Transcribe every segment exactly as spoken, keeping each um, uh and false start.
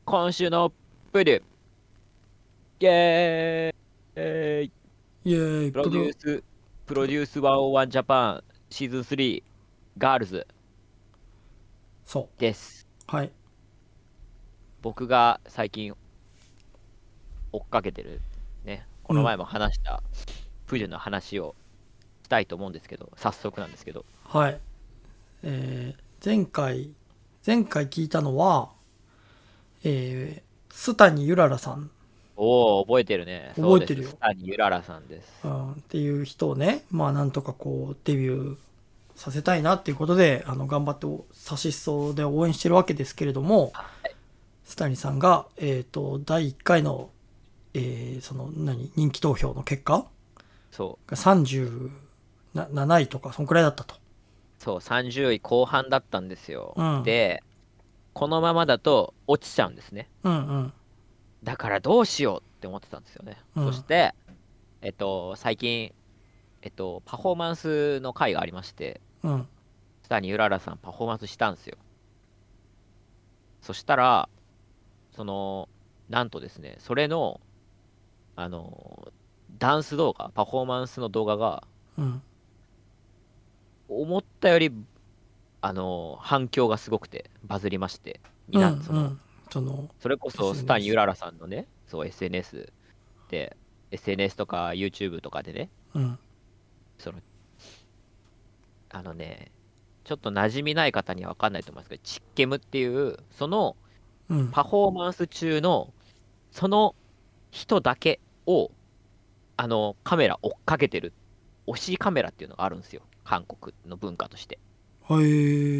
今週のプリュイエーイイエーイ、 プロプロ、 デュース、ププロ、 ロデュースひゃくいちジャパンシーズンスリーガールズそです。 う。はい。 僕が最近追っかけてるね、こうん。 の前も話したプリュの話をしたいと思うんですけど、早速なんですけど。 はい。えー、前回、前回聞いたのは、えー、スタニユララさん、 おお、覚えてるね。そうです。 覚えてるよ。 スタニユララさんです。 うん、っていう人をね、まあなんとかこう、デビューさせたいなっていうことで、あの、頑張ってお、サシスソで応援してるわけですけれども、 はい。 スタニさんが、えっと、だいいっかいの、えー、その、何、人気投票の結果そう。 がさんじゅうなないとか、そんくらいだったと。 そう、さんじゅういこう半だったんですよ。 うん。 で、このままだと落ちちゃうんですね。 うんうん。 だからどうしようって思ってたんですよね。 うん。 そして、えっと、最近、えっと、パフォーマンスの会がありまして、 うん。 スタにうららさんパフォーマンスしたんですよ。そしたら、その、なんとですね、それの、あの、ダンス動画、パフォーマンスの動画が、 うん。 思ったより、あの、反響がすごくて、バズりまして、みうん。うな、その、 ん。その、 それこそ、スタにうエスエヌエス。 ららさんのね、そう、エスエヌエス で、エスエヌエス とか YouTube とかでね、 うん。 その、あのね、ちょっと馴染みない方には分かんないと思いますけど、チッケムっていう、そのうん。 パフォーマンス中の、その人だけを、あの、カメラ追っかけてる、推しカメラっていうのがあるんですよ。韓国の文化として。 はい。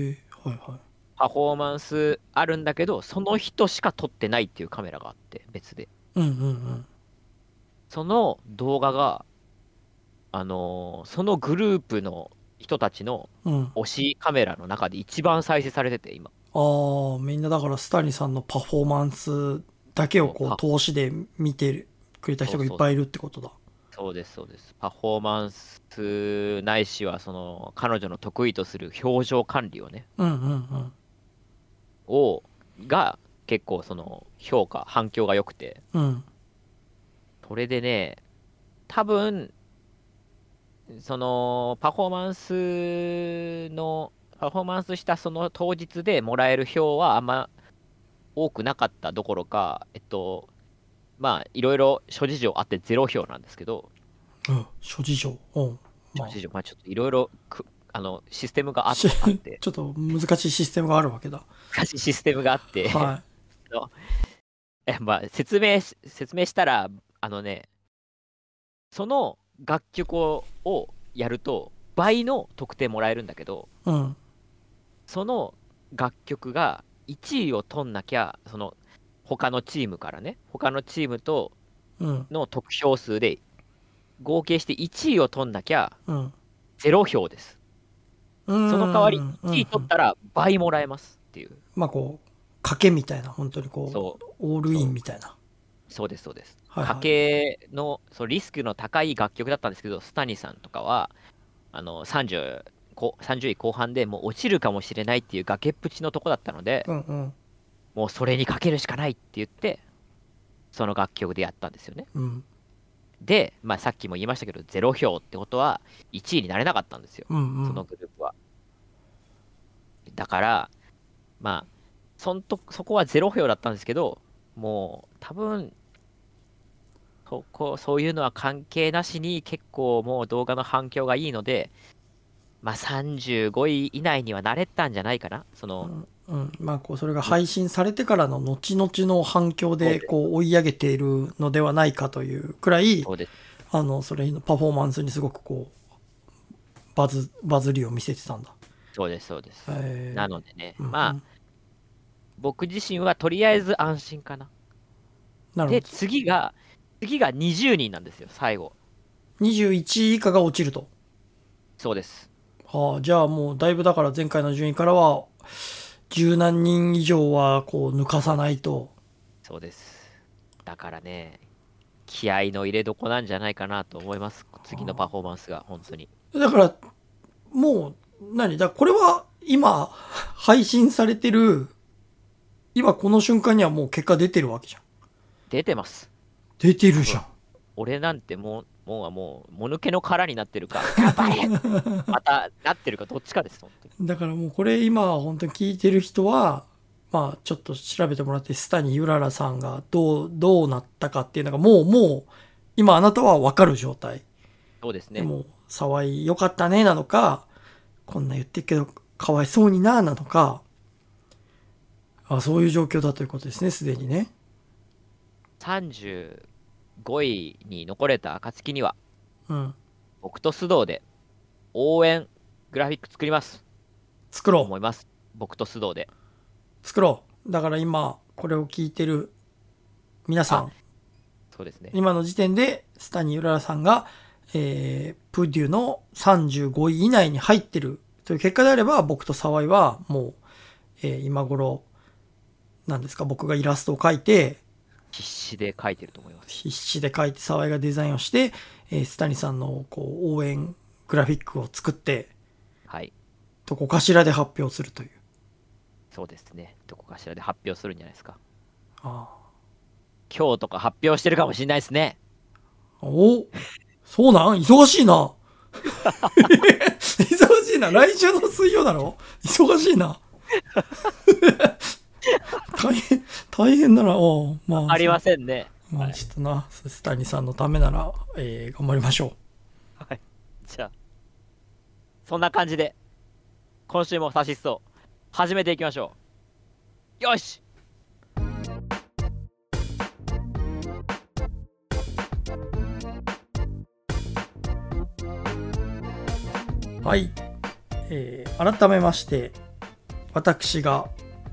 はいはパフォーマンスあるんだけど、その人しか撮ってないっていうカメラがあって、別で。 い。うんうんその動画が、あのーそのグループの人たちのうん。うん。 推しカメラの中で一番再生されてて、今。 ああ、みんなだからスタニさんのパフォーマンスだけをこう、 そうパ投資で見てくれたそうそう人がいっぱいいるってことだ。 そうです、そうです。パフォーマンスないしは、その、彼女の得意とする表情管理をね、 うんうんうん。 を、が、結構その、評価、反響が良くて、 うん。 それでね、多分、その、パフォーマンスの、パフォーマンスしたその当日でもらえる票はあんま多くなかったどころか、えっと、まあ、いろいろ諸事情あってゼロ票なんですけど、 うん。諸事情。うん。まあ、 諸事情、まあちょっといろいろく、あの、システムがあ、 しあって、 ちょっと難しいシステムがあるわけだ。 難しいシステムがあってはあのえ、まあ、説明し、説明したら、あのね、その楽曲を、をやると、倍の得点もらえるんだけど、 い。うん。 その楽曲がいちいを取んなきゃ、その、他のチームからね、他のチームとうん。 の得票数で合計していちいを取んなきゃうん。 ゼロ票です。 うーその代わりん。うん。ういちい取っん。 たら倍もらえますっていう。 まあこう、賭けみたいな、本当にこそう、オーう、 ルインそう、 みたいな。 そうです、そうです。家はいはい。 計の、そう、リスクの高い楽曲だったんですけど、スタニさんとかは、あの、さんじゅう、こさんじゅうい後半でもう落ちるかもしれないっていう崖っぷちのとこだったので、 うんうん。 もうそれにかけるしかないって言って、その楽曲でやったんですよね。 うん。 で、まあさっきも言いましたけど、ゼロ票ってことはいちいになれなかったんですよ。 うんうそのん。 グループは。だから、まあ、そんと、そこはゼロ票だったんですけど、もう多分、そこ、そういうのは関係なしに結構もう動画の反響がいいので、まあさんじゅうごい以内にはなれたんじゃないかな。その、 うん。まあこう、それがに配信されてからの後々の反響そうです、 でこう追い上げているのではないかというくらい、 そうです、 あの、それのパフォーマンスにすごくこう、バズ、バズりを見せてたんだ。 そうです、そうです。なえのでね、 ー、うんうまあ、 ん。 僕自身はとりあえず安心かな。で、 なるほど。 次が、次がにじゅうにんなんですよ、最後。 にじゅういちい以下が落ちると。 そうです。 はあ、じゃあもうだいぶだから前回の順位からは、十何人以上はこう抜かさないと。 そうです。だからね、気合の入れどこなんじゃないかなと思います。次のパフォーマンスが、本当に。 だから、もう、何だ、これは今、配信されてる今この瞬間にはもう結果出てるわけじゃん。 出てます。 出てるじゃん。 俺なんてもう、もうはもう、もぬけの殻になってるか、頑張れまたなってるか、どっちかです、本当に。 だからもうこれ今本当に聞いてる人は、まあちょっと調べてもらって、スタニユララさんがどう、どうなったかっていうのがもう、もう、今あなたはわかる状態。 そうですね。 でも、沢井良かったねなのか、こんな言ってるけど、かわいそうにななのか、あ、そういう状況だということですね、すでにね。 さんじゅうごいに残れた暁には、 うん。 僕と須藤で応援グラフィック作ります。 作ろう。 思います。僕と須藤で。 作ろう。だから今、これを聞いてる皆さん、 そうですね。 今の時点で、スタニユララさんが、えー、プデュのさんじゅうごい以内に入ってるという結果であれば、僕と沢井はもう、えー、今頃、なんですか、僕がイラストを描いて、 必死で書いてると思います。 必死で描いて沢井がデザインをして、えー、スタニさんのこう応援グラフィックを作って、 はい。 どこかしらで発表するという。 そうですね。どこかしらで発表するんじゃないですか。 ああ。 今日とか発表してるかもしれないですね。 お、そうなん忙しいな。忙しいな。来週の水曜だろ忙しいな。大変、大変だな。おまあ。 ありませんね。 まあ、ちょっとな、スタニさんのためなら、えー、頑張りましょう。はい。じゃあ、そんな感じで、今週もサシスト、始めていきましょう。よしはい、えー、改めまして私が、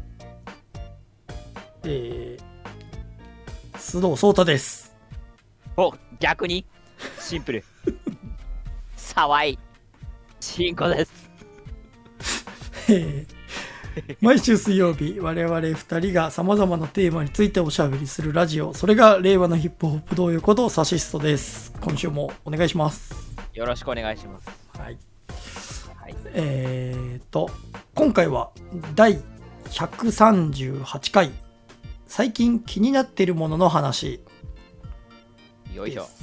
えー、須藤壮太です。 お、逆にシンプル沢井慎吾です。 えー、毎週水曜日我々ふたりがさまざまなテーマについておしゃべりするラジオ、それが令和のヒップホップ同様ことサシストです。今週もお願いします。 よろしくお願いします。 はい、 はい、 えーと今回はだいひゃくさんじゅうはちかい、最近気になっているものの話。 よいしょ。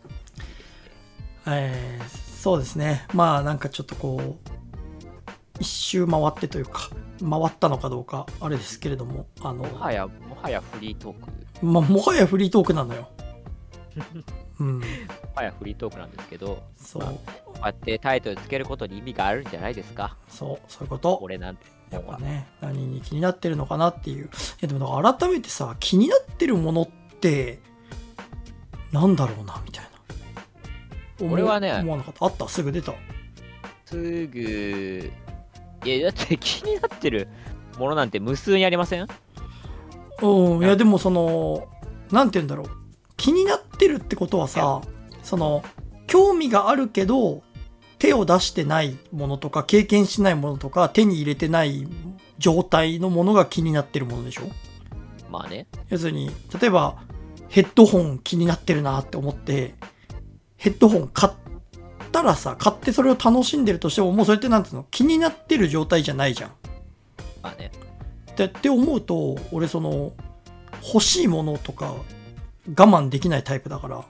えー、そうですね。まあなんかちょっとこう一周回ってというか回ったのかどうかあれですけれども、あのもはやもはやフリートーク、 まあ、もはやフリートークなのよ。うん、もはやフリートークなんですけど、 そう、 まあ、こうやってタイトルつけることに意味があるんじゃないですか。 そうそういうこと。 俺なんてやっぱね、何に気になってるのかなっていう。えでも改めてさ、気になってるものってなんだろうなみたいな。 俺はね、 思わなかった。あった、すぐ出た。 すぐ、いやだって気になってるものなんて無数にありません？ うん、いやでもそのなんて言うんだろう、気になってるってことはさ、その興味があるけど手を出してないものとか経験しないものとか手に入れてない状態のものが気になってるものでしょ。 まあね。 要するに例えばヘッドホン気になってるなって思ってヘッドホン買ったらさ、買ってそれを楽しんでるとしてももうそれってなんていうの、気になってる状態じゃないじゃん。 まあね。 ってって思うと俺その欲しいものとか我慢できないタイプだから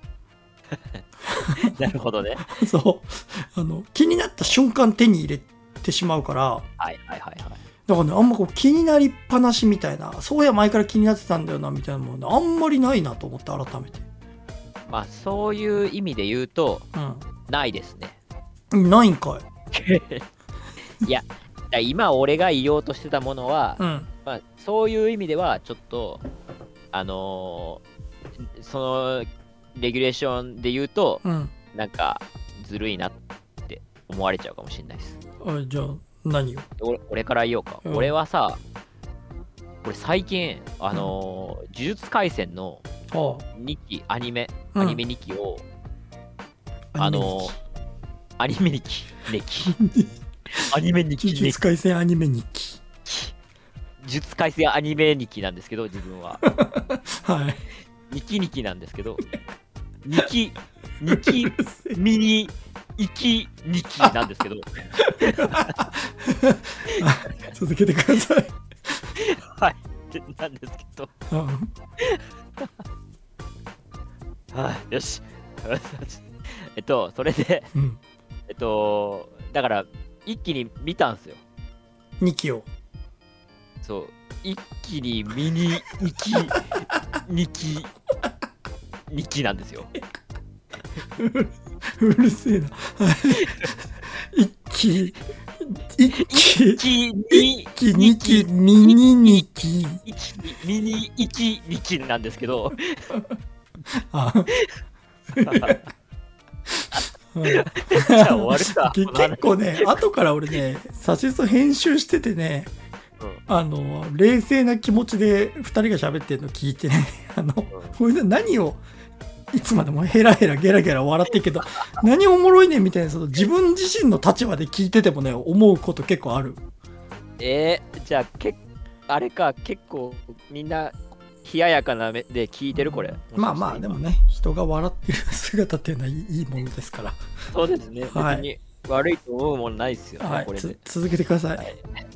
なるほどね。 そうあの気になった瞬間手に入れてしまうから、 はいはいはいはい。 だからね、あんまこう気になりっぱなしみたいな、そうや前から気になってたんだよなみたいなもの、ね、あんまりないなと思って改めて。 まあそういう意味で言うと、 うん、 ないですね。 ないんかい。いや今俺が言おうとしてたものは、 うん、 まあ、そういう意味ではちょっとあのー、そのレギュレーションで言うと、 うん、 なんかずるいなって思われちゃうかもしれないです。 あ、じゃあ何よ。 俺, 俺から言おうか、うん、俺はさ、俺最近あのーうん、呪術廻戦のにきアニメ、アニメにきを、うん、あのー、アニメにきねきアニメにき呪術廻戦アニメにき呪術廻戦アニメにきなんですけど、自分ははいにきにきなんですけど、にきにきミニいきにきなんですけど続けてください。 はい。 でなんですけど、 うんはい、よし。えっと、それで、 うんえっと、だから、一気に見たんすよ。 にきを。 そう、一気に見に行き、にき、にきなんですよ。 うるせえな。一気、一気、 一気に、 一気、二気、ミニ二気。 一気ミニいち、にきなんですけど、 あうんじゃあ終わるか。 けこの話結構ね、後から俺ね、サシス編集しててね、 うんあの、冷静な気持ちで二人が喋ってるの聞いてね、あの、これで何を、いつまでもヘラヘラゲラゲラ笑ってるけど、何おもろいねんみたいな、その自分自身の立場で聞いててもね、思うこと結構ある。 えー、じゃあけあれか、結構みんな冷ややかな目で聞いてるこれ。 まあまあ、でもね、人が笑ってる姿っていうのはいいいいものですから。 そうですね。 はい別に悪いと思うもんないですよね、 はい、 これで。 つ続けてください。 はい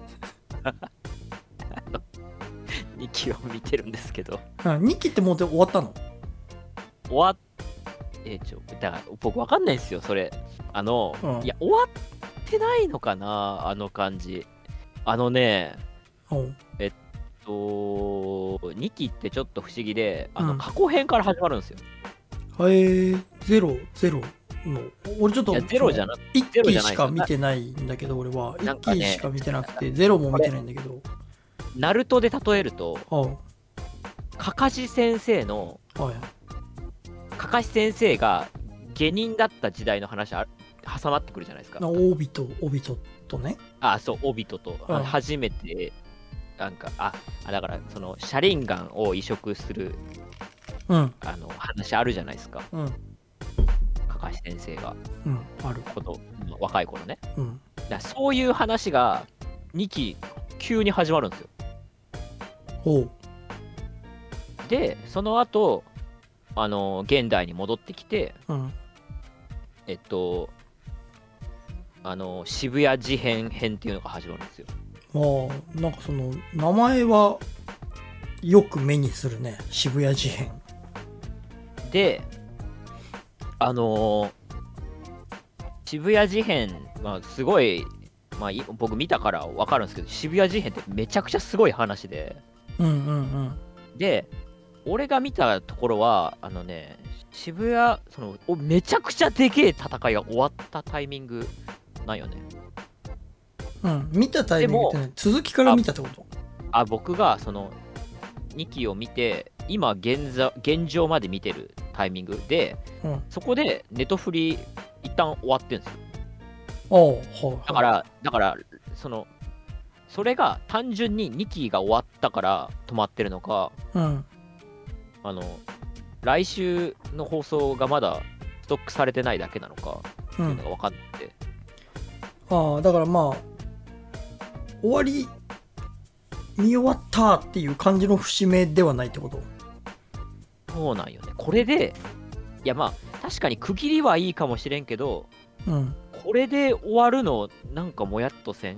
にきを見てるんですけど、 うん、にきってもうで終わったの？ 終わっえー、ちょ、だから僕わかんないんですよ、それ。あの、 うんいや、終わってないのかな、あの感じ。あのね、 うんえっと、にきってちょっと不思議で、あの、 うん過去編から始まるんですよ。 えー、ゼロ、ゼロの。俺ちょっと、 いや、ゼロじゃなくて、 一ゼロじゃない期しか見てないんだけど、俺は。一なんかね期しか見てなくて、ゼロも見てないんだけど。 ナルトで例えると、 あかかし先生の、 あ、はい。 かかし先生が下人だった時代の話あ挟まってくるじゃないですか。 オビト、オビトとね。 あ、そう、オビトとうん初めて、なんか、あ、あだから、その、シャリンガンを移植する、 うん、 あの、話あるじゃないですか。 うん、 かかし先生が、 うん、ある。 こと、若い頃ね。 うん。 だからそういう話が、にき、急に始まるんですよ。 ほう。 で、その後、あの、現代に戻ってきて、 うん。 えっと、あの、渋谷事変編っていうのが始まるんですよ。 ああ、なんかその、名前は、よく目にするね。渋谷事変。 で、あのー渋谷事変、まあ、すごい、まあ、い僕見たから分かるんですけど、渋谷事変ってめちゃくちゃすごい話で、 うんうんうん。 で、俺が見たところは、あのね、渋谷、その、おめちゃくちゃでけえ戦いが終わったタイミングなんよね。 うん、見たタイミングってね、続きから見たってこと？ あ、僕がそのにきを見て、今現在、現状まで見てるタイミングで、 うん。 そこでネトフリ一旦終わってるんですよ。 ああ、はい。 だから、だから、その、それが単純ににきが終わったから止まってるのか、 うん。 あの、来週の放送がまだストックされてないだけなのか、ってう。 いうんのが分かんなくて。 ああ、だからまあ、終わり、見終わったっていう感じの節目ではないってこと？ そうなんよね。これで、いやまあ、確かに区切りはいいかもしれんけど、 うん。 これで終わるの、なんかもやっとせんって、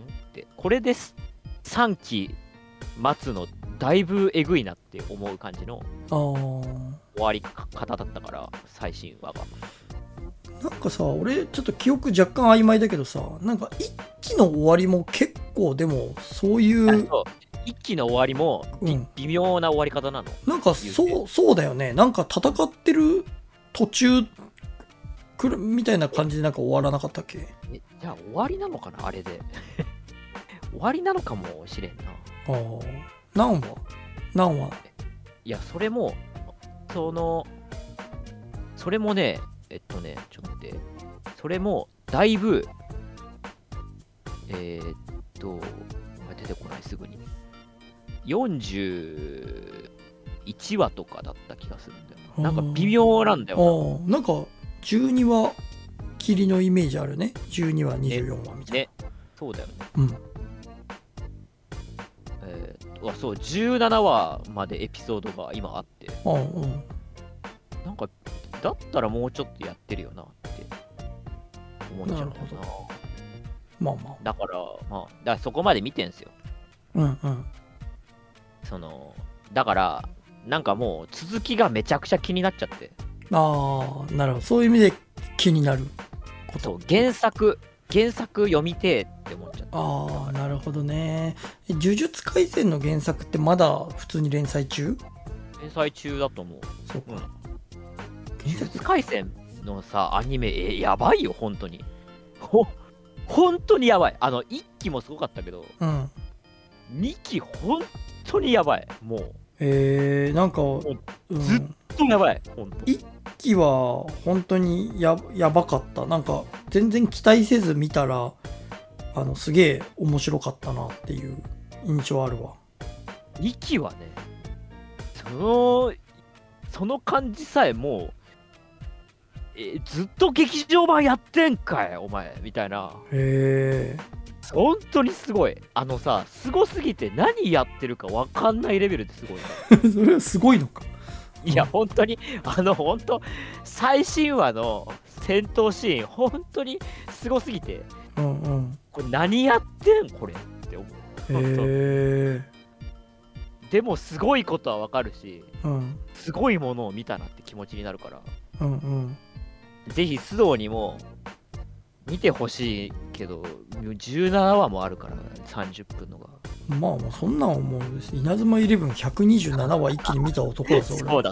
これでさんき待つの、だいぶえぐいなって思う感じのああ。 終わり方だったから、最新話が。 なんかさ、俺ちょっと記憶若干曖昧だけどさ、なんか一期の終わりも結構でもそういうそう一期の終わりも、びうん微妙な終わり方なの。 なんかそうそうだよね。なんか戦ってる途中くるみたいな感じでなんか終わらなかったっけ？ えじゃあ終わりなのかなあれで。終わりなのかもしれんな。 ああ。何話？何話？ いや、それも、その、それもね、えっとね、ちょっと待って、それも、だいぶ、えー、っと、出てこない、すぐに。よんじゅういちわとかだった気がするんだよな。なんか微妙なんだよああ。なんかじゅうにわ切りのイメージあるね。じゅうにわ、にじゅうよんわみたいな。 ね。そうだよね。 うん。 えーっと、あ、そう、じゅうななわまでエピソードが今あって、 ああ、うん。 なんか、だったらもうちょっとやってるよなって思っちゃうんだよなるな。 まあまあ。 だから、まあ、だからそこまで見てんすよ。 うんうん。 そのだからなんかもう続きがめちゃくちゃ気になっちゃって。 ああ、なるほど。そういう意味で気になるこそうと。 原作原作読みてーって思っちゃった。 ああ、なるほどね。え呪術廻戦の原作ってまだ普通に連載中？ 連載中だと思う。 そうか。 うん、 原呪術作廻戦のさアニメえやばいよ本当に。ほ本当にやばい。あのいっきもすごかったけど、 うん。 にき本当にやばい。もうえー、なんか、うん、 ずっとやばい。本当。 いっきは本当にややばかった。なんか全然期待せず見たら、あのすげえ面白かったなっていう印象あるわ。 にきはね、そのその感じさえもう、えずっと劇場版やってんかいお前みたいな。 へえ。 本当にすごい。あのさ、すごすぎて何やってるか分かんないレベルですごいな。 それはすごいのか。 いや、本当に、あの、本当、最新話の戦闘シーン、本当にすごすぎて、 うんうん。 これ何やってんこれって思う。本当へえ。 でも、すごいことは分かるし、 うんすごいものを見たなって気持ちになるから、 うんうん。 ぜひ須藤にも見てほしいけど、じゅうななわもあるから、さんじゅっぷんのが。 まあまあそんなん思うです。稲妻イレブンひゃくにじゅうななわ一気に見た男だぞ俺。 そうだった。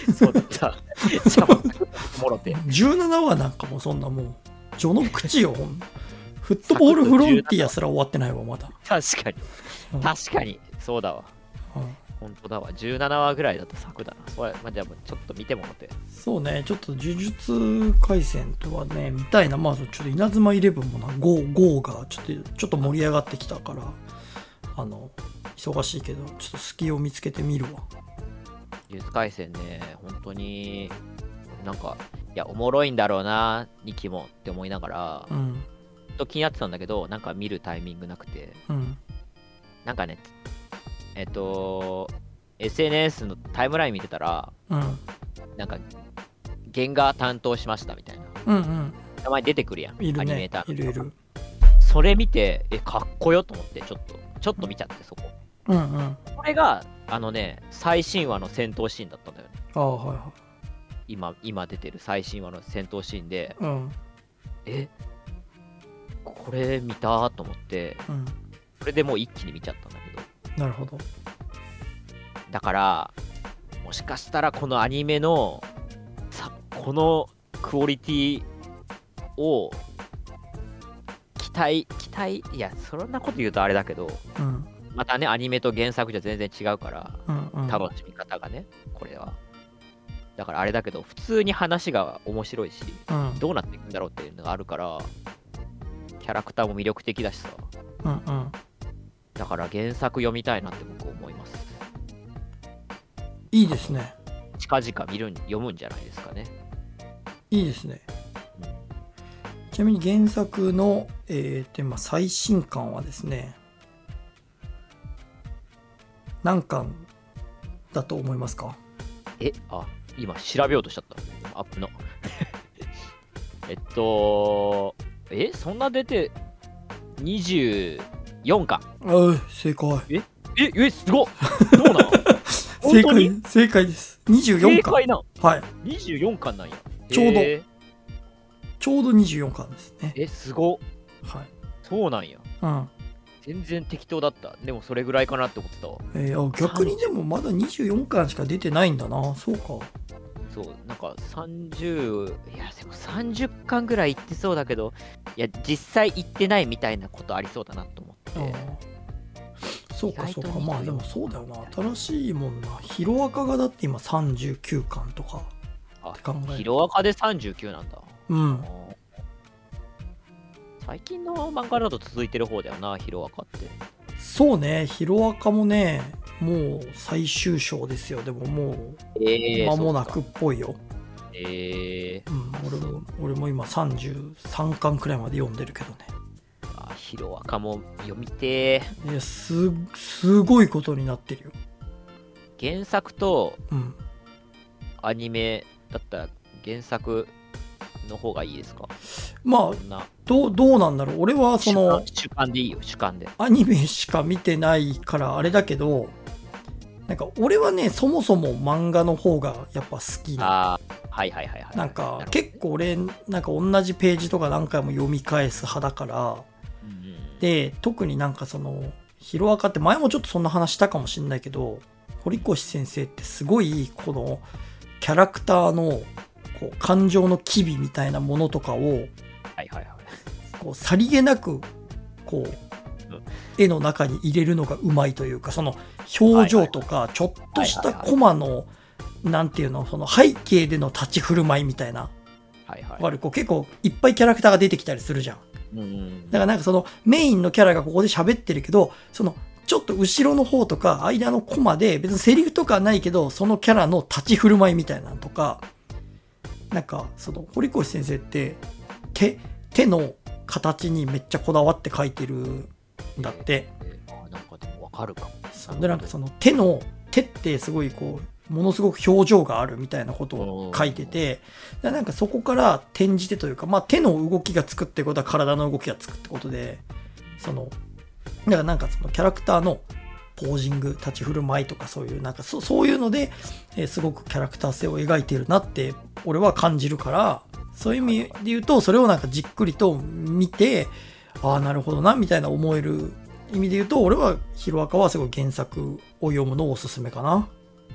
そうだった。じゃあ、もろて。 じゅうななわなんかもそんなもう序の口よ。ほんフットボールフロンティアすら終わってないわまだ。 確かに。 うん確かに。そうだわ。 うん本当だわ。じゅうななわぐらいだと作だな。それ、まあ、じゃあもうちょっと見てもらって。 そうね、ちょっと呪術廻戦とはね、見たいな。まあちょっと稲妻イレブンもな、ゴー、ゴーがちょっと、ちょっと盛り上がってきたから、あの、忙しいけど、ちょっと隙を見つけてみるわ。 呪術廻戦ね、本当に、なんか、いや、おもろいんだろうな、にきもって思いながら、 うん。 ずっと気になってたんだけど、なんか見るタイミングなくて、 うん。 なんかね、えっと、エスエヌエス のタイムライン見てたら、 うん。 なんか、原画担当しましたみたいな。 うんうん。 たまに出てくるやん、 いるアニメーねタ。ーいるいる。 それ見て、え、かっこよと思って、ちょっと、ちょっと見ちゃって、そこ。 うんうん。あこれが、あのね、最新話の戦闘シーンだったんだよね。 あ、はいは今、今出てる最新話の戦闘シーンで、 い。うん。 え、これ見たと思って、 うん。 それでもう一気に見ちゃったんだけど。 なるほど。 だから、もしかしたらこのアニメの、さ、このクオリティを、期待、期待、いや、そんなこと言うとあれだけど、 うん。 またね、アニメと原作じゃ全然違うから、 うんうん。 楽しみ方がね、これは。だからあれだけど、普通に話が面白いし、 うん。 どうなっていくんだろうっていうのがあるから、キャラクターも魅力的だしさ、 うんうん。 だから原作読みたいなって僕思います。 いいですね。 近々見るん読むんじゃないですかね。 いいですね。ちなみに原作の、えーとまあ、最新巻はですね、何巻だと思いますか？ え、あ、今調べようとしちゃった。アップの。えっと、え、そんな出て、にじゅうよんかん。 ああ、正解。 え、え、すごっどうなん正本当に解、正解です。にじゅうよんかん。 正解なんはい。 にじゅうよんかんなんや。 ちょうどへーちょうどにじゅうよんかんですね。 え、すごっはい。 そうなんや。 うん。 全然適当だった。でもそれぐらいかなって思ってたわ。 えー、あ逆にでもまだにじゅうよんかんしか出てないんだな。そうか。 そう、なんかさんじゅう、いや、でもさんじゅっかんぐらい行ってそうだけど、いや、実際行ってないみたいなことありそうだなと思って。 ああそうかそうか。 意外とまあでもそうだよな。新しいもんな。ヒロアカがだって今さんじゅうきゅうかんとか。 あって考える、 ヒロアカでさんじゅうきゅうなんだ。 うん。 あー最近の漫画だと続いてる方だよな、ヒロアカって。 そうね。ヒロアカもね、もう最終章ですよ。でももうえ間もなくっそっかぽいよ。 えー、 うん、俺も俺も今さんじゅうさんかんくらいまで読んでるけどね。 あヒロアカも読みてー。 いや、す、すごいことになってるよ。 原作とうん。 アニメだったら原作の方がいいですか？ まあ、 そんなどう、どうなんだろう。俺はその、 主観主観でいいよ、主観で。 アニメしか見てないからあれだけど、 なんか俺はね、そもそも漫画の方がやっぱ好きな。 あー、はいはいはいはい。 なんかなるほど結構俺、なんか同じページとか何回も読み返す派だから、 うんうん、 で、特になんかその、ヒロアカって前もちょっとそんな話したかもしれないけど、堀越先生ってすごいこのキャラクターのこう感情の機微みたいなものとかを、 はいはいはい。 こうさりげなくこう絵の中に入れるのがうまいというか、その表情とかちょっとしたコマのなんていうの、その背景での立ち振る舞いみたいな、 はいはい、 わかる、こう結構いっぱいキャラクターが出てきたりするじゃん。 うんうん、 だからなんかそのメインのキャラがここで喋ってるけど、そのちょっと後ろの方とか間のコマで別にセリフとかないけど、そのキャラの立ち振る舞いみたいなのとか、なんかその堀越先生って手手の形にめっちゃこだわって描いてるんだって。 えー、あ、なんかでもわかるかも。 そうで、なんかその手の手ってすごいこうものすごく表情があるみたいなことを書いてて、なんかそこから転じてというか、まあ手の動きがつくってことは体の動きがつくってことで、そのだからなんかそのキャラクターのポージング、立ち振る舞いとかそういうなんか そ, そういうので、えー、すごくキャラクター性を描いているなって俺は感じるから、そういう意味で言うとそれをなんかじっくりと見て、ああなるほどなみたいな思える意味で言うと、俺はヒロアカはすごい原作を読むのをおすすめかな。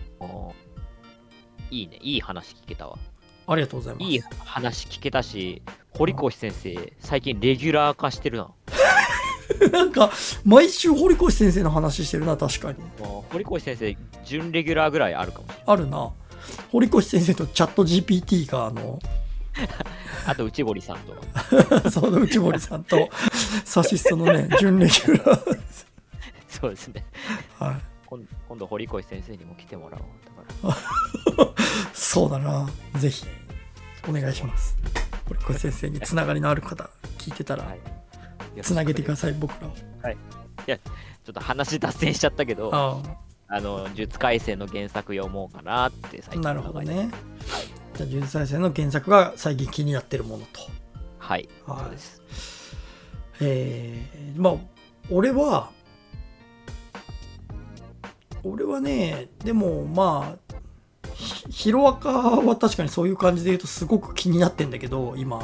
いいね、いい話聞けたわ。 ありがとうございます。 いい話聞けたし、堀越先生最近レギュラー化してるな。 なんか毎週堀越先生の話してるな。確かに堀越先生準レギュラーぐらいあるかもしれない。 あるな。堀越先生とチャット ジーピーティー があのあと内堀さんとそうだ、内堀さんとサシストのね準レギュラーそうですね、 はい、 今, 今度堀越先生にも来てもらおう。だからそうだな、ぜひお願いします。堀越先生につながりのある方聞いてたら、はい、つなげてください、僕らを。 はい。いや、ちょっと話脱線しちゃったけど、ああの呪術廻戦の原作読もうかなって最近。 なるほどね。はい、じゃあ呪術廻戦の原作が最近気になってるものと。 はい。 はい、 そうです。 えー、まあ俺は俺はね、でもまあヒロアカは確かにそういう感じで言うとすごく気になってんだけど今。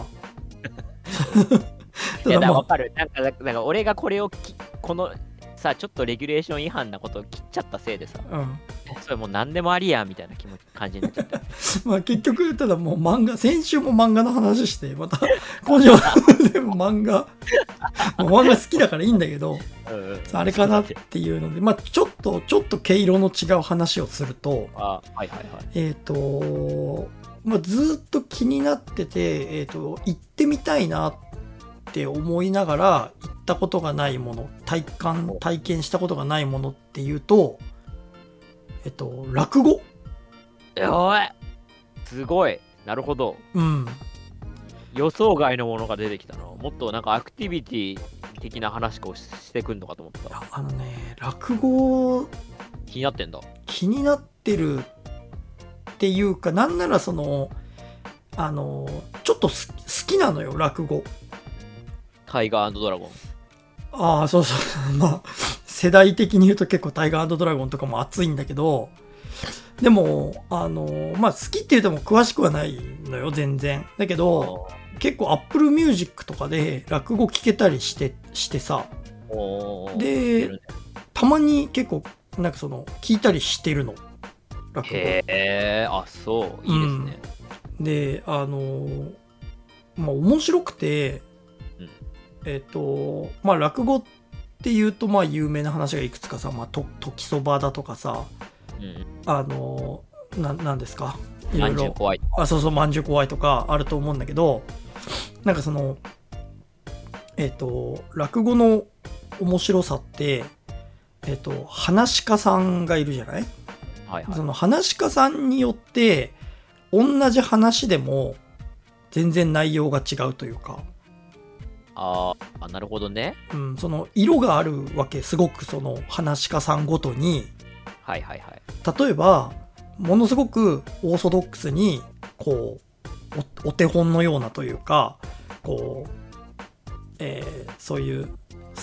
いやだわかる。なんか、なんか俺がこれをきこのさ、ちょっとレギュレーション違反なことを切っちゃったせいでさ、うん、それもう何でもありやみたいな気持ち感じになっちゃった。まあ結局ただもう漫画、先週も漫画の話して、また今週はでも漫画漫画好きだからいいんだけど、うん、あれかなっていうので、まあちょっとちょっと毛色の違う話をすると、 あ、はいはいはい、 えっ、ー、とまあずっと気になってて、えっ、ー、と行ってみたいなって思いながら行ったことがないもの、体感体験したことがないものっていうと、えっと落語。 おい、すごい、なるほど。 うん。 予想外のものが出てきたの。もっとなんかアクティビティ的な話をしてくんのかと思った。 あのね、落語気になってんだ。 気になってるっていうか、なんならそのあのちょっと好きなのよ、落語。 タイガー&ドラゴン。 ああ、そうそう。まあ、世代的に言うと結構タイガー&ドラゴンとかも熱いんだけど、でも、あの、まあ、好きって言うても詳しくはないのよ、全然。だけど、結構 Apple Music とかで落語聞けたりして、してさ。で、たまに結構、なんかその、聞いたりしてるの。落語。 へえ、あ、そう。いいですね。 うん、で、あの、まあ、面白くて、えっと、まあ落語っていうとまあ有名な話がいくつかさ、まあと時そばだとかさ、うん、あのななんですか、いろいろ、あ、そうそう、まんじゅう怖いとかあると思うんだけど、なんかそのえっと落語の面白さって、えっと噺家さんがいるじゃない？はいはい、その噺家さんによって同じ話でも全然内容が違うというか。 ああ、なるほどね。 うん、その色があるわけ、すごくその噺家さんごとに。 はいはいはい。 例えばものすごくオーソドックスにこう お, お手本のようなというか、こう、えー、そういう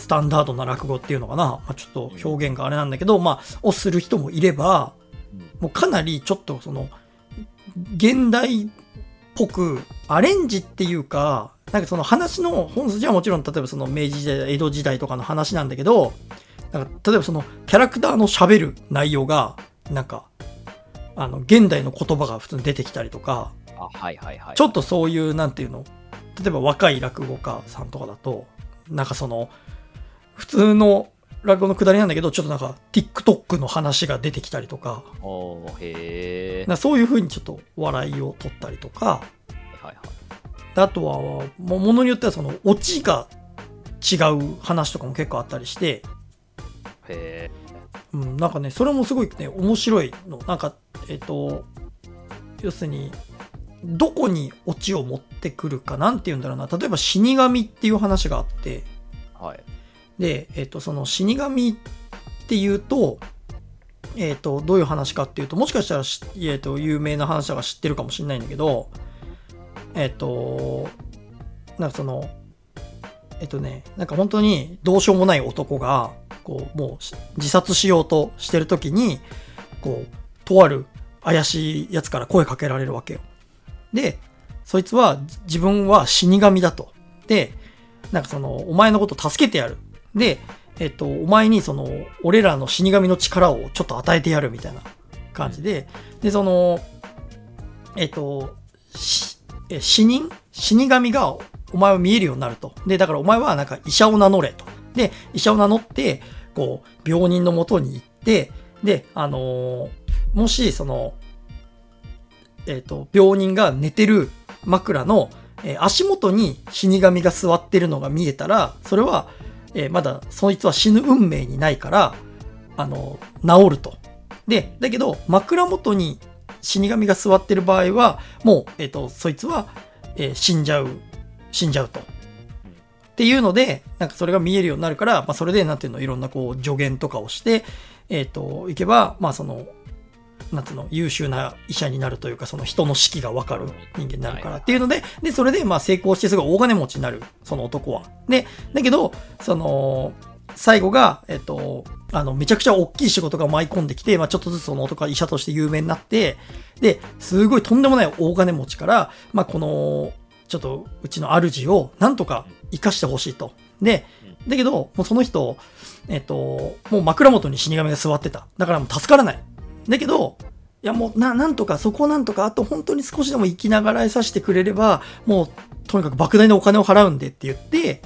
スタンダードな落語っていうのかな、まあ、ちょっと表現があれなんだけど、まあ、をする人もいれば、もうかなりちょっとその、現代っぽく、アレンジっていうか、なんかその話の本筋はもちろん、例えばその明治時代、江戸時代とかの話なんだけど、なんか例えばそのキャラクターの喋る内容が、なんか、あの、現代の言葉が普通に出てきたりとか、 あ、はいはいはい。 ちょっとそういう、なんていうの、例えば若い落語家さんとかだと、なんかその、普通の落語のくだりなんだけど、ちょっとなんか TikTok の話が出てきたりとか、 おー、へー。 なそういう風にちょっと笑いを取ったりとか、 はいはい。 あとは、もうものによってはその、オチが違う話とかも結構あったりして、 へうん、なんかね、それもすごいね、面白いの。なんか、えっと、要するに、どこにオチを持ってくるか、なんて言うんだろうな。例えば死神っていう話があって、 はい。 で、えっと、その死神っていうと、えっと、どういう話かっていうと、もしかしたらし、えっと、有名な話だから知ってるかもしれないんだけど、えっと、なんかその、えっとね、なんか本当にどうしようもない男が、こう、もう自殺しようとしてる時に、こう、とある怪しいやつから声かけられるわけよ。で、そいつは自分は死神だと。で、なんかその、お前のこと助けてやる。で、えっと、お前にその、俺らの死神の力をちょっと与えてやるみたいな感じで、で、その、えっと、しえ死人死神がお前は見えるようになると。で、だからお前はなんか医者を名乗れと。で、医者を名乗って、こう、病人の元に行って、で、あのーもし、その、えっと、病人が寝てる枕の、えー足元に死神が座ってるのが見えたら、それは、えーまだそいつは死ぬ運命にないから、あのー治ると。で、だけど、枕元に死神が座ってる場合は、もう、えっと、そいつは、えー死んじゃう、死んじゃうと。っていうので、なんかそれが見えるようになるから、まあそれで、なんていうの、いろんなこう助言とかをして、えっと、いけば、まあその、なんていうの、優秀な医者になるというか、その人の士気がわかる人間になるからっていうので、で、それでまあ成功してすごい大金持ちになる、その男は。で、だけど、その、最後が、えっと、あの、めちゃくちゃ大きい仕事が舞い込んできて、まあちょっとずつその男は医者として有名になって、で、すごいとんでもない大金持ちから、まあこの、ちょっとうちの主をなんとか生かしてほしいと。で、だけど、もうその人、えっと、もう枕元に死神が座ってた。だからもう助からない。だけど、いやもうな、なんとか、そこをなんとか、あと本当に少しでも生きながらえさせてくれれば、もう、とにかく莫大なお金を払うんでって言って、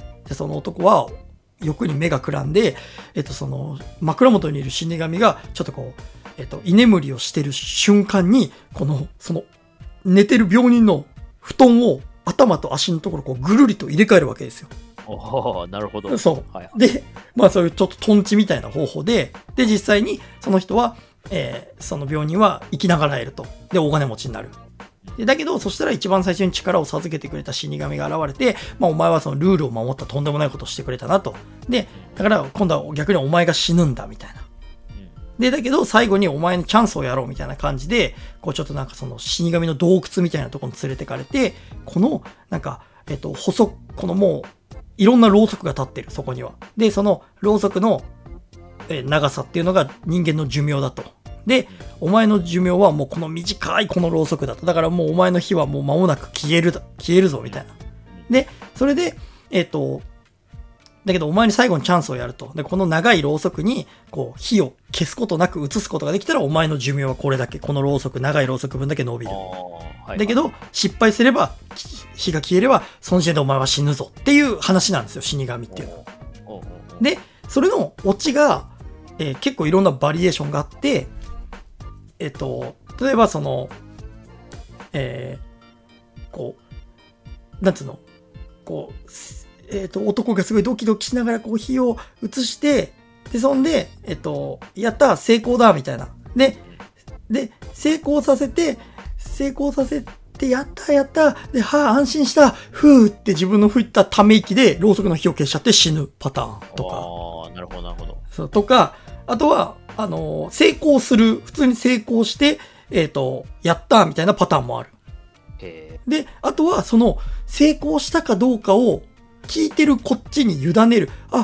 で、その男は、欲に目がくらんで、えっと、その、枕元にいる死神が、ちょっとこう、えっと、居眠りをしてる瞬間に、この、その、寝てる病人の布団を、頭と足のところこうぐるりと入れ替えるわけですよ。 おー、なるほど。 そう。 はいはい、 で、まあそういうちょっとトンチみたいな方法で、で、実際にその人は、えー、その病人は生きながらえると。で、大金持ちになる。で、だけど、そしたら一番最初に力を授けてくれた死神が現れて、まあお前はそのルールを守ったとんでもないことをしてくれたなと。で、だから今度は逆にお前が死ぬんだみたいな。で、だけど最後にお前にチャンスをやろうみたいな感じで、こうちょっとなんかその死神の洞窟みたいなところに連れてかれて、この、なんか、えっと、細、このもう、いろんなろうそくが立ってる、そこには。で、そのろうそくの、えー長さっていうのが人間の寿命だと。で、お前の寿命はもうこの短いこのろうそくだと。だからもうお前の火はもう間もなく消えるだ、消えるぞ、みたいな。で、それで、えっと、だけどお前に最後にチャンスをやると。で、この長いろうそくに、こう、火を消すことなく移すことができたら、お前の寿命はこれだけ、このろうそく、長いろうそく分だけ伸びる。 はいはい、 だけど、失敗すれば、火が消えれば、その時点でお前は死ぬぞっていう話なんですよ、死神っていうのは。で、それのオチが、えー、結構いろんなバリエーションがあって、えっと、例えばその、えー、こう、なんつうの、こう、えっと、男がすごいドキドキしながらこう火を移して、で、そんで、えっと、やった、成功だ、みたいな。で、で、成功させて、成功させて、やった、やった、で、はあ、安心した、ふーって自分の吹いたため息で、ろうそくの火を消しちゃって死ぬパターンとか。 ああ、なるほど、なるほど。 そう、とか、あとは、あの、成功する、普通に成功して、えっと、やった、みたいなパターンもある。 へで、あとは、その、成功したかどうかを、聞いてるこっちに委ねる。あ、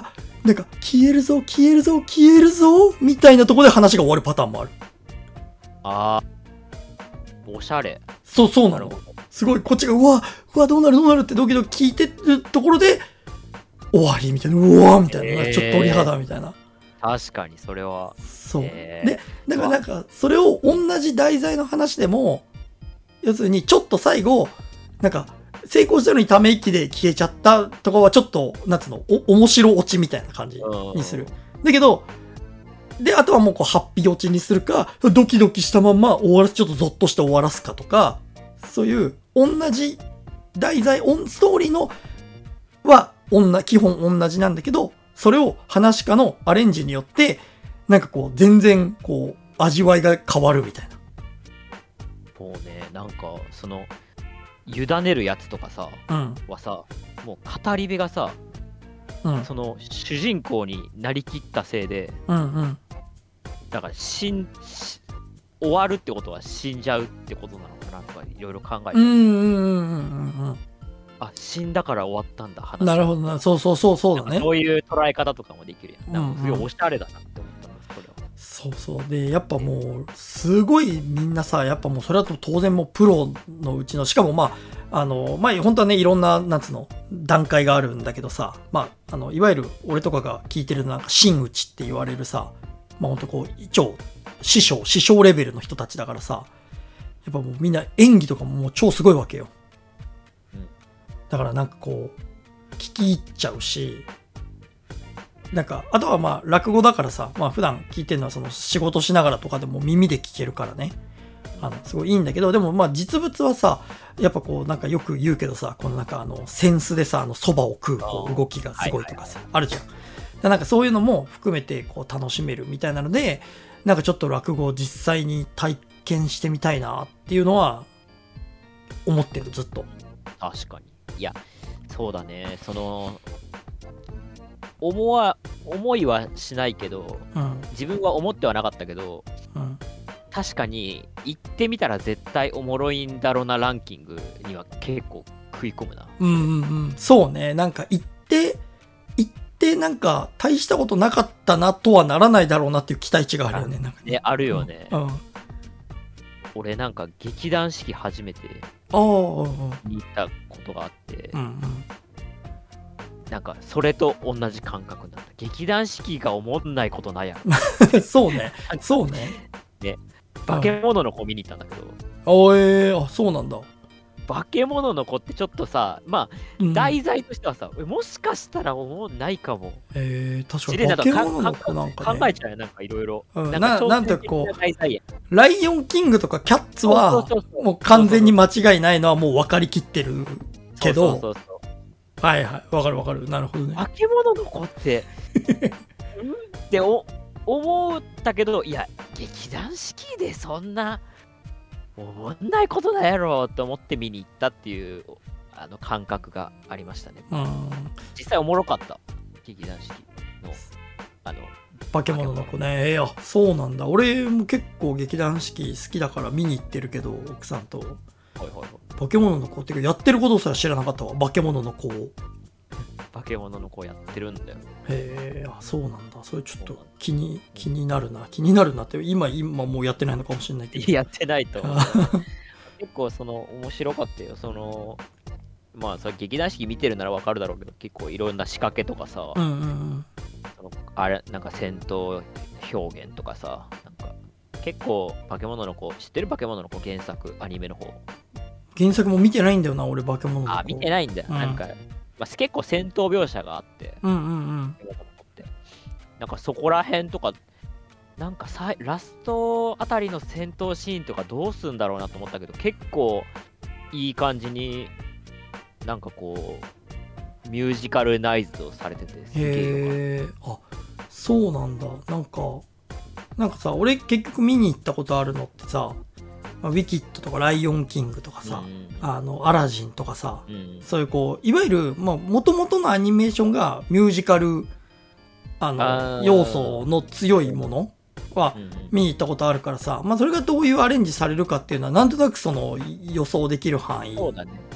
なんか、消えるぞ、消えるぞ、消えるぞ、みたいなところで話が終わるパターンもある。 あー、おしゃれ。 そう、そうなの。 なるほど。 すごい、こっちが、うわ、うわ、どうなるどうなるってドキドキ聞いてるところで、終わりみたいな、うわみたいな、 へーちょっと鳥肌みたいな。 確かに、それは。 そう。 へーで、だからなんか、それを同じ題材の話でも、要するに、ちょっと最後、なんか、成功したのにため息で消えちゃったとこはちょっと、なんつうの、お、面白落ちみたいな感じにする。だけど、で、あとはもうこう、ハッピー落ちにするか、ドキドキしたまんま終わらす、ちょっとゾッとして終わらすかとか、そういう、同じ題材、オンストーリーの、は、女、基本同じなんだけど、それを話し家のアレンジによって、なんかこう、全然、こう、味わいが変わるみたいな。 もうね、なんか、その、委ねるやつとかさ、 うん。 はさ、もう語り部がさ、 うん。 その主人公になりきったせいで、 うんうん。 だから死ん、し終わるってことは死んじゃうってことなのかなとかいろいろ考えて、 うんうんうんうんうんあ、死んだから終わったんだ、 うん。 話。 なるほどな。そうそうそうそうだね。 そういう捉え方とかもできるやん。なんかすうんうんごいおしゃれだなって思ったんです、これは。 そうそう。で、やっぱもう、すごいみんなさ、やっぱもうそれだと当然もうプロのうちの、しかもまあ、あの、まあ本当はね、いろんな、なんつうの、段階があるんだけどさ、まあ、あの、いわゆる俺とかが聞いてるなんか、真打ちって言われるさ、まあ本当こう、一応、師匠、師匠レベルの人たちだからさ、やっぱもうみんな演技とかももう超すごいわけよ。 うんだからなんかこう、聞き入っちゃうし、なんか、あとはまあ、落語だからさ、まあ普段聞いてるのはその仕事しながらとかでも耳で聞けるからね。あの、すごいいいんだけど、でもまあ実物はさ、やっぱこうなんかよく言うけどさ、このなんかあの、センスでさ、あの、蕎麦を食うこう動きがすごいとかさ、あるじゃん。でなんかそういうのも含めてこう楽しめるみたいなので、なんかちょっと落語を実際に体験してみたいなっていうのは、思ってる、ずっと。 確かに。いや、そうだね。その、思わ、思いはしないけど、 うん。 自分は思ってはなかったけど、 うん。 確かに行ってみたら絶対おもろいんだろうなランキングには結構食い込むな。 うんうんうん。そうね。なんか行って、行ってなんか大したことなかったなとはならないだろうなっていう期待値があるよね。なんかね。 ね、あるよね。 うん。うん、あ俺なんか劇団四季初めてあ、うん見たことがあって、 うん。うんなんかそれと同じ感覚になった。劇団四季が思んないことないやろ。 うん。そうね。そうね。 ね。化け物の子見に行ったんだけど、 あ、ええあ、そうなんだ。 化け物の子ってちょっとさ、まあ、 うん、 題材としてはさ、もしかしたら思んないかも。 ええ確か知れなに化けか物の子なんかね。 考えちゃうよ、なんかいろいろ。 うんなんかななんていうかこう挑戦的な題材やライオンキングとかキャッツはそうそうそうそうもう完全に間違いないのはもう分かりきってるけど、 そうそうそうそうはいはい、分かる分かる。なるほどね。 化け物の子ってうんってお思ったけど、いや劇団四季でそんな思んないことだやろと思って見に行ったっていうあの感覚がありましたね。 うん。 実際おもろかった劇団四季のあの化け物の子ね。いや、そうなんだ。俺も結構劇団四季好きだから見に行ってるけど、奥さんと。 はいはいはい化け物の子っていうか、やってることすら知らなかったわ。化け物の子を。 化け物の子やってるんだよ。 へえ、あ、そうなんだ。それちょっと気に、気になるな。気になるなって、今、今もうやってないのかもしれないけど。 やってないと思う。 あ結構その面白かったよ。そのまあそれ劇団四季見てるならわかるだろうけど、結構いろんな仕掛けとかさ、 うんうんうん。 そのあれなんか戦闘表現とかさ、なんか結構化け物の子知ってる？化け物の子原作アニメの方。 原作も見てないんだよな、俺、化け物の子。 あ、見てないんだよ。 うんなんか、まあ、結構戦闘描写があって、 うんうんうん。 なんかそこら辺とか、なんかさいラストあたりの戦闘シーンとかどうすんだろうなと思ったけど、結構いい感じになんかこうミュージカルナイズをされててすげえよかった。 へえ、あ、そうなんだ。なんか、なんかさ、俺結局見に行ったことあるのってさ、まあウィキッドとかライオンキングとかさ、 うんあの、アラジンとかさ、 うんそういうこう、いわゆる、まあ、元々のアニメーションがミュージカル、あの、 あー要素の強いものはうん見に行ったことあるからさ、まあ、それがどういうアレンジされるかっていうのは、なんとなくその予想できる範囲そうだね。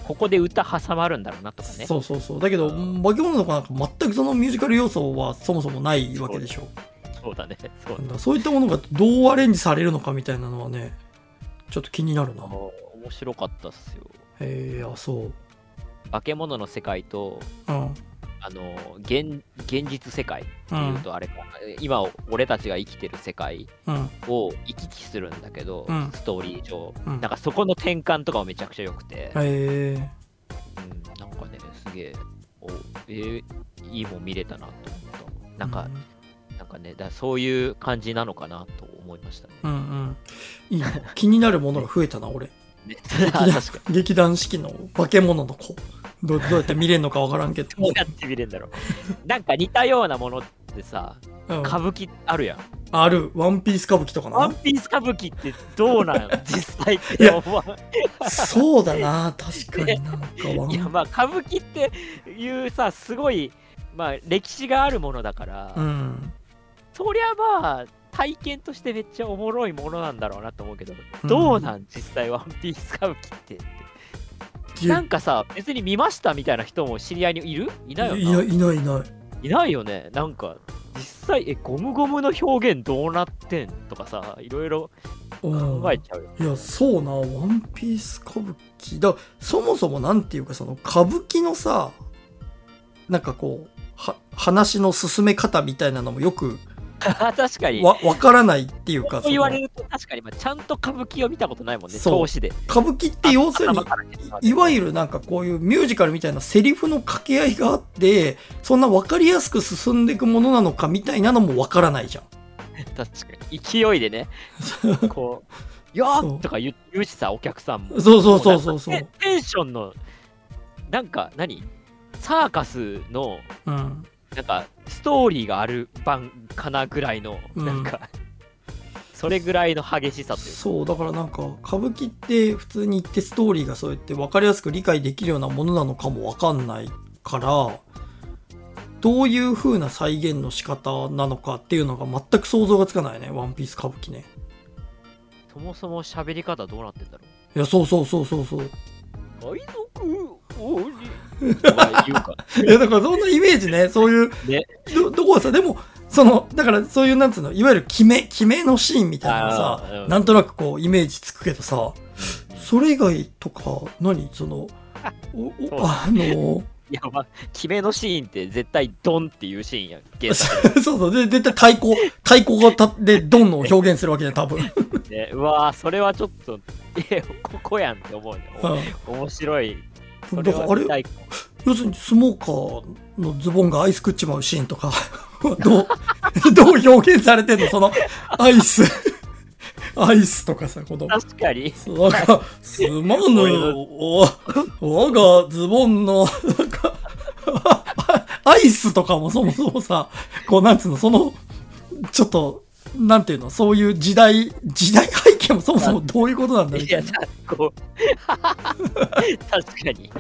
ここで歌挟まるんだろうなとかね。 そうそうそう。だけど、化け物の子なんか全くそのミュージカル要素はそもそもないわけでしょ。 そうだね。そうだだそういったものがどうアレンジされるのかみたいなのはね、ちょっと気になるな。 面白かったっすよ。 へえ、あ、そう。 化け物の世界と、 うん。 あの現現実世界っていうとあれか、うん、今俺たちが生きてる世界を行き来するんだけど、うん、ストーリー上、うん、なんかそこの転換とかもめちゃくちゃ良くて、 へえ、 うん、なんかねすげえおえー、いいもん見れたなと思った。なんか、うん、なんかねだそういう感じなのかなと思いましたね。 うんうん、いい気になるものが増えたな俺、ね、劇団劇団四季の化け物の子ど, どうやって見れるのか分からんけどどうやって見れるんだろうなんか似たようなものってさ、うん、歌舞伎あるやん。 ある。ワンピース歌舞伎とかな。 ワンピース歌舞伎ってどうなの実際って思う。 そうだな、確かになんかワンいやまあ歌舞伎っていうさすごいまあ歴史があるものだから、 うん、 そりゃまあ体験としてめっちゃおもろいものなんだろうなと思うけど、うん、どうなん実際ワンピース歌舞伎ってなんかさ別に見ましたみたいな人も知り合いにいる？いないよな。 いやいないいないいないよね。なんか実際えゴムゴムの表現どうなってんとかさいろいろ考えちゃうよ。 いやそうな、ワンピース歌舞伎だ。そもそもなんていうかその歌舞伎のさなんかこうは話の進め方みたいなのもよく確かにわ分からないっていうか、 そう言われると確かに、まあ、ちゃんと歌舞伎を見たことないもんね。投資で歌舞伎って要するにいわゆるなんかこういうミュージカルみたいなセリフの掛け合いがあってそんな分かりやすく進んでいくものなのかみたいなのも分からないじゃん。 確かに勢いでねこうよーとか言うしさお客さんもそうそうそうそうそうテンションのなんか何サーカスの、 うん、 なんかストーリーがある版かなぐらいの、うん、なんかそれぐらいの激しさというか。 そうだからなんか歌舞伎って普通に言ってストーリーがそうやって分かりやすく理解できるようなものなのかも分かんないから、どういう風な再現の仕方なのかっていうのが全く想像がつかないね、ワンピース歌舞伎ね。 そもそも喋り方どうなってんだろう。いやそうそうそうそうそう。 海賊王にとか言うかいやだからそんなイメージね、そういう、ね、ど, どこはさでもそのだからそういうなんつうのいわゆる決め決めのシーンみたいなのさ、うん、なんとなくこうイメージつくけどさ、うん、それ以外とか何そのおおあのいやまあ決めのシーンって絶対ドンっていうシーンやん原作そうそうで絶対太鼓太鼓がたでドンの表現するわけじゃん多分ね、うわーそれはちょっとえここやんって思うね、うん、面白い。それはだからあれ要するにスモーカーのズボンがアイス食っちまうシーンとかどうどう表現されてんのそのアイスアイスとかさこの確かになんかすまぬお我がズボンのなんかアイスとかもそもそもさこうなんつうのそのちょっとなんていうのそういう時代時代背景もそもそもどういうことなんだみたいな。いやこう確かに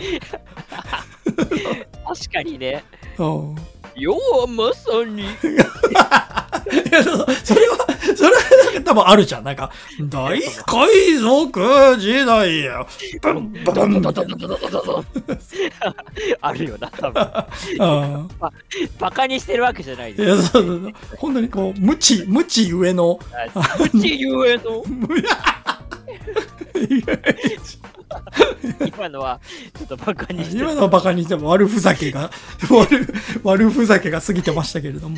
確かにね。 うん要はまさにいやそれはそれはなんか多分あるじゃん。なんか大海賊時代やバンバンバンバンバンあるよな多分バ, バカにしてるわけじゃないです。 いやそうそうそう本当にこう無知無知ゆえの無知ゆえの今のはちょっとバカにして今のはバカにしても悪ふざけが悪悪ふざけが過ぎてましたけれども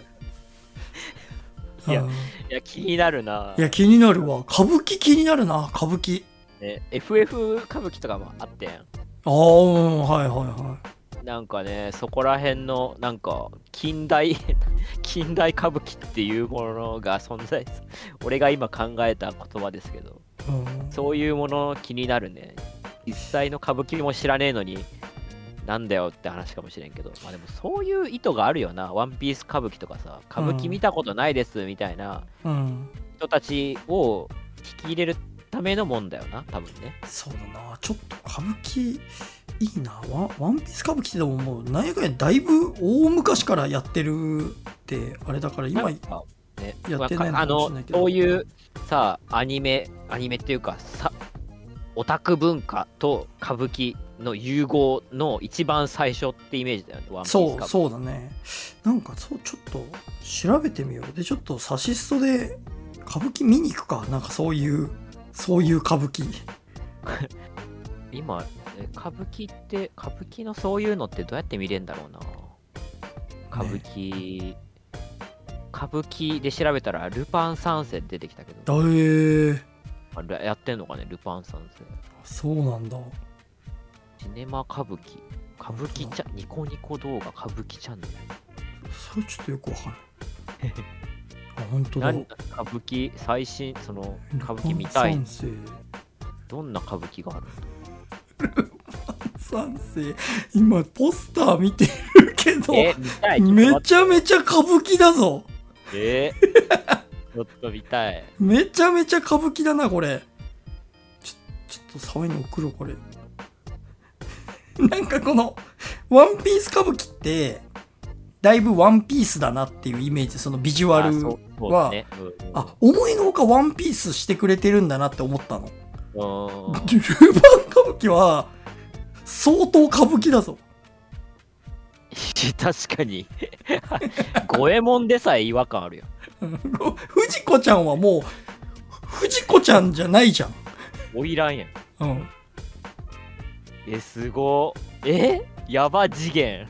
いや、いや気になるな。 いや気になるわ。歌舞伎気になるな歌舞伎、 ね、エフエフ 歌舞伎とかもあってん。ああうんはいはいはい。 なんかねそこら辺のなんか近代近代歌舞伎っていうものが存在する。俺が今考えた言葉ですけど、うん、そういうもの気になるね。実際の歌舞伎も知らねえのになんだよって話かもしれんけど、まあでもそういう意図があるよな。ワンピース歌舞伎とかさ歌舞伎見たことないですみたいな人たちを引き入れるためのもんだよな多分ね。 そうだな。ちょっと歌舞伎いいな。ワン、ワンピース歌舞伎ってでももう何やかんやだいぶ大昔からやってるってあれだから今やってないのかもしれないけど、 あのそういうさアニメアニメっていうかさオタク文化と歌舞伎の融合の一番最初ってイメージだよね、ワンピース歌舞伎。 そうそうだね。なんかそうちょっと調べてみよう。でちょっとサシストで歌舞伎見に行くか。なんかそういうそういう歌舞伎。 今え歌舞伎って歌舞伎のそういうのってどうやって見れるんだろうな。歌舞伎、ね、歌舞伎で調べたらルパン三世出てきたけど。 えー、 あやってんのかね、ルパン三世。 そうなんだ。 シネマ歌舞伎、歌舞伎チャニコニコ動画歌舞伎チャンネル。 それちょっとよくわかんない。あ、本当だ。 何歌舞伎最新その歌舞伎見たい。 ルパン三世。 どんな歌舞伎があるルパン三世。今ポスター見てるけど、 え見たい。 めちゃめちゃ歌舞伎だぞ。 えー、ちょっと見たい。 めちゃめちゃ歌舞伎だなこれ。ちょちょっと沢に送ろうこれ。なんかこのワンピース歌舞伎ってだいぶワンピースだなっていうイメージ、そのビジュアルは、あ、ねうんうん、あ、思いのほかワンピースしてくれてるんだなって思ったの。ルパン歌舞伎は相当歌舞伎だぞ。 確かに五右衛門でさえ違和感あるよ。 藤子ちゃんはもう藤子ちゃんじゃないじゃん。 おいらんやん。 うん。 え、すごー。えやば次元。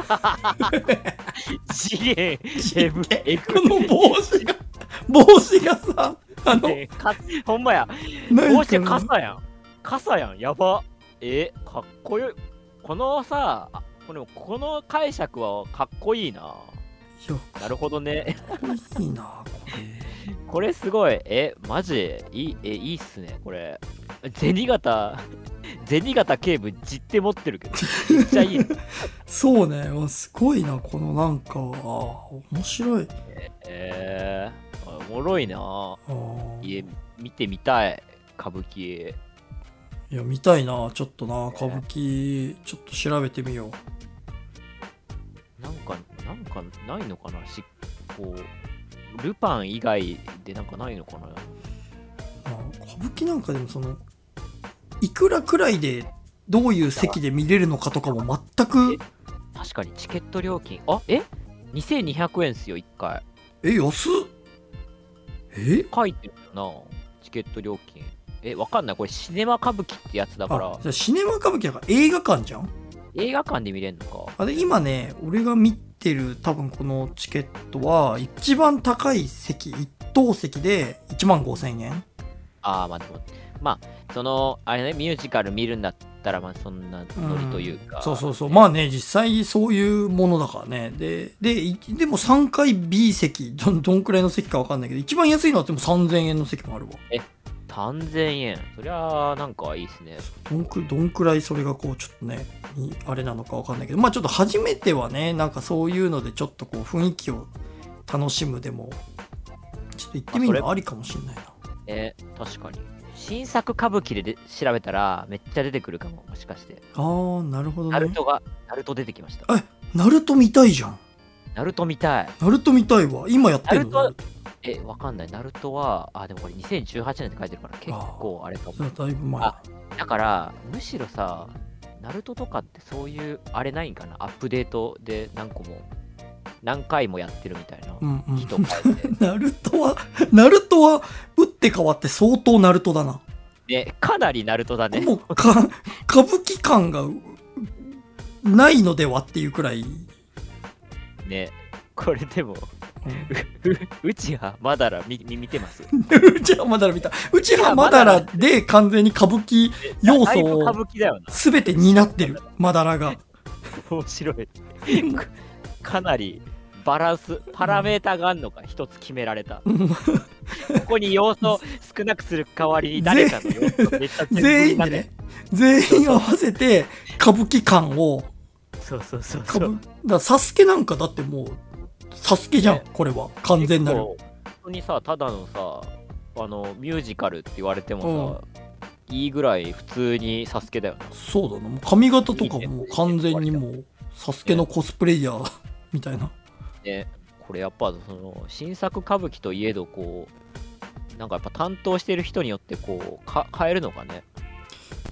次元。 えぶえこの帽子が帽子がさ、あのほんまや。帽子傘やん。傘やん。やば。えかっこよい。このさ、このこの解釈はかっこいいな。なるほどね。 かっこいいなこれ。 これすごい。えマジいいえいいっすねこれ。銭形銭形警部実手持ってるけどめっちゃいい、ね、 そうね、すごいなこのなんか面白い。 えー、おもろいな。いえ見てみたい歌舞伎。 いや見たいなちょっとな歌舞伎ちょっと調べてみよう。なんかなんかないのかなしこうルパン以外でなんかないのかな。 歌舞伎なんかでもそのいくらくらいでどういう席で見れるのかとかも全く。 確かにチケット料金あえにせんにひゃくえんっすよいっかい。 え安っ。え書いてるよなチケット料金。えわかんないこれシネマ歌舞伎ってやつだから。 じゃあシネマ歌舞伎だから映画館じゃん。 映画館で見れんのか。 あれ今ね俺が見てる多分このチケットは一番高い席一等席でいちまんごせんえん。 ああまあでもまあそのあれねミュージカル見るんだったらまあそんなノリというか、 うん、そうそうそう、まあね実際そういうものだからね。でででもさんかい B 席 ど, どんくらいの席か分かんないけど一番安いのはでもさんぜんえんの席もあるわ。 えさんぜんえんそりゃなんかいいっすね。 どんくどんくらいそれがこうちょっとねあれなのか分かんないけど、まあちょっと初めてはねなんかそういうのでちょっとこう雰囲気を楽しむでもちょっと行ってみるのありかもしれないな。 え確かに新作歌舞伎でで調べたらめっちゃ出てくるかももしかして。 ああなるほどね。 ナルトがナルト出てきました。 えナルト見たいじゃん。 ナルト見たい。 ナルト見たいわ。今やってるの。 えわかんない。ナルトはあでもこれにせんじゅうはちねんって書いてるから結構あれかも。 だいぶ前。 あだからむしろさナルトとかってそういうあれないんかな。アップデートで何個も何回もやってるみたいな、 うんうん、 人変えてナルトはナルトは打って変わって相当ナルトだな。 ねかなりナルトだね。 もうか歌舞伎感がないのではっていうくらいね。これでも、うん、う, うちはまだら 見, 見てます。 うちはまだら見た。うちはまだらで完全に歌舞伎要素を全て担ってるまだらが。 面白い。かなりバランスパラメータがあるのか一つ決められた。ここに要素少なくする代わりに誰かの要素めっちゃ全員でね全員合わせて歌舞伎感を。 そうそうそうそう。 だサスケなんかだってもうサスケじゃん、ね、これは完全なる。 本当にさただのさあのミュージカルって言われてもさ、うん、いいぐらい普通にサスケだよな。 そうだな。もう髪型とかも完全にもうサスケのコスプレイヤーみたいな。 ね、これやっぱその新作歌舞伎といえどこうなんかやっぱ担当してる人によってこうか変えるのかね。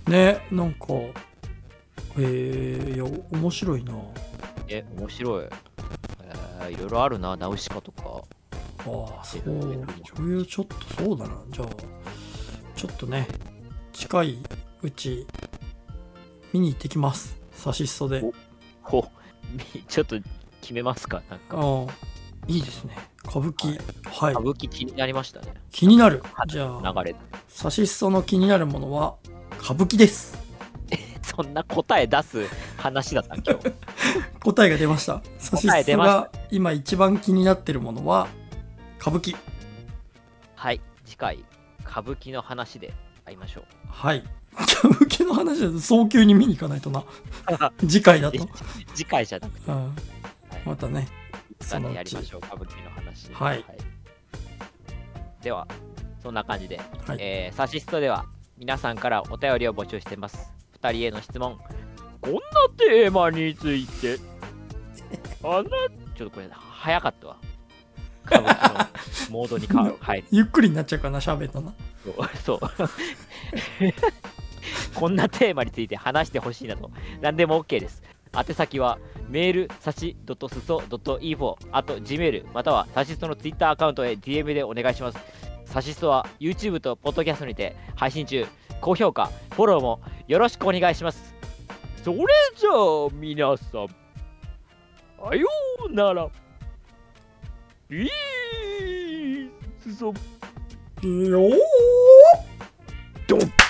ね、なんか、えー、いや、面白いな。 え、面白い。えー、いろいろあるな、ナウシカとか。 ああ、そう、女優ちょっとそうだな。じゃあ、ちょっとね、近いうち、見に行ってきます。サシストで。 ほ、ちょっと決めますか、なんか。 ああ、いいですね。歌舞伎。はい。 歌舞伎気になりましたね。 気になる。じゃあ、 流れ。 サシストの気になるものは、歌舞伎です。 そんな答え出す話だった今日。 答えが出ました。サシストが今一番気になってるものは、歌舞伎。 はい、次回、歌舞伎の話で会いましょう。 はい。歌舞伎の話だと早急に見に行かないとな。次回だと。 次回じゃなくて。 うん、またね。 そのうちやりましょう、歌舞伎の話。 はい。はい、 では、そんな感じで、 はい、 えー、サシストでは皆さんからお便りを募集しています。ふたりへの質問、こんなテーマについて、あな、ちょっとこれ早かったわ。歌舞伎のモードに変わる。はい。 ゆっくりになっちゃうかな、喋ったな。 そう。そうこんなテーマについて話してほしいなど、何でも OK です。宛先はメールサシドットスソドットインフォあと Gmail またはサシストの Twitter アカウントへ ディーエム でお願いします。サシストは YouTube と Podcast にて配信中。高評価、フォローもよろしくお願いします。それじゃあ皆さん、さようなら。ピースソ。 よードン